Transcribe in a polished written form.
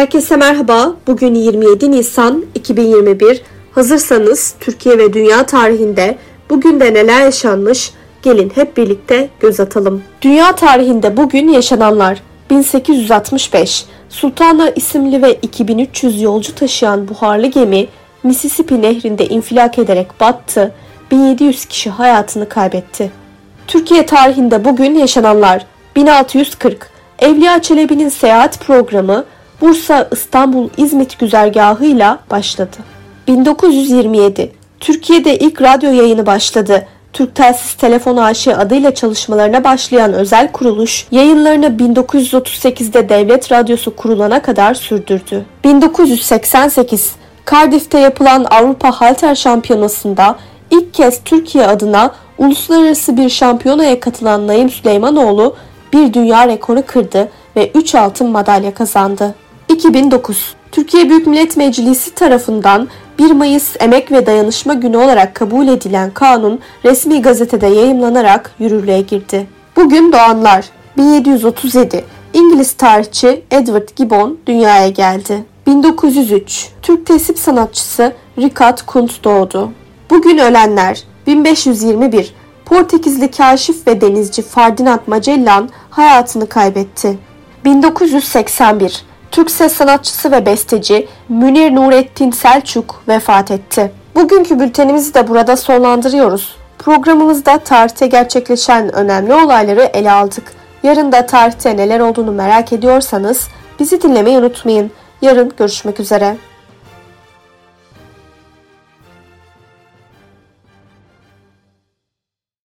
Herkese merhaba. Bugün 27 Nisan 2021. Hazırsanız Türkiye ve dünya tarihinde bugün de neler yaşanmış? Gelin hep birlikte göz atalım. Dünya tarihinde bugün yaşananlar: 1865 Sultana isimli ve 2300 yolcu taşıyan buharlı gemi Mississippi Nehri'nde infilak ederek battı. 1700 kişi hayatını kaybetti. Türkiye tarihinde bugün yaşananlar: 1640 Evliya Çelebi'nin seyahat programı Bursa, İstanbul, İzmit güzergahıyla başladı. 1927 Türkiye'de ilk radyo yayını başladı. Türk Telsiz Telefon AŞ adıyla çalışmalarına başlayan özel kuruluş, yayınlarını 1938'de Devlet Radyosu kurulana kadar sürdürdü. 1988 Cardiff'te yapılan Avrupa Halter Şampiyonası'nda ilk kez Türkiye adına uluslararası bir şampiyonaya katılan Naim Süleymanoğlu bir dünya rekoru kırdı ve 3 altın madalya kazandı. 2009 Türkiye Büyük Millet Meclisi tarafından 1 Mayıs Emek ve Dayanışma Günü olarak kabul edilen kanun resmi gazetede yayımlanarak yürürlüğe girdi. Bugün doğanlar: 1737 İngiliz tarihçi Edward Gibbon dünyaya geldi. 1903 Türk tesip sanatçısı Richard Kunt doğdu. Bugün ölenler: 1521 Portekizli kaşif ve denizci Ferdinand Magellan hayatını kaybetti. 1981 Türk ses sanatçısı ve besteci Münir Nurettin Selçuk vefat etti. Bugünkü bültenimizi de burada sonlandırıyoruz. Programımızda tarihte gerçekleşen önemli olayları ele aldık. Yarın da tarihte neler olduğunu merak ediyorsanız bizi dinlemeyi unutmayın. Yarın görüşmek üzere.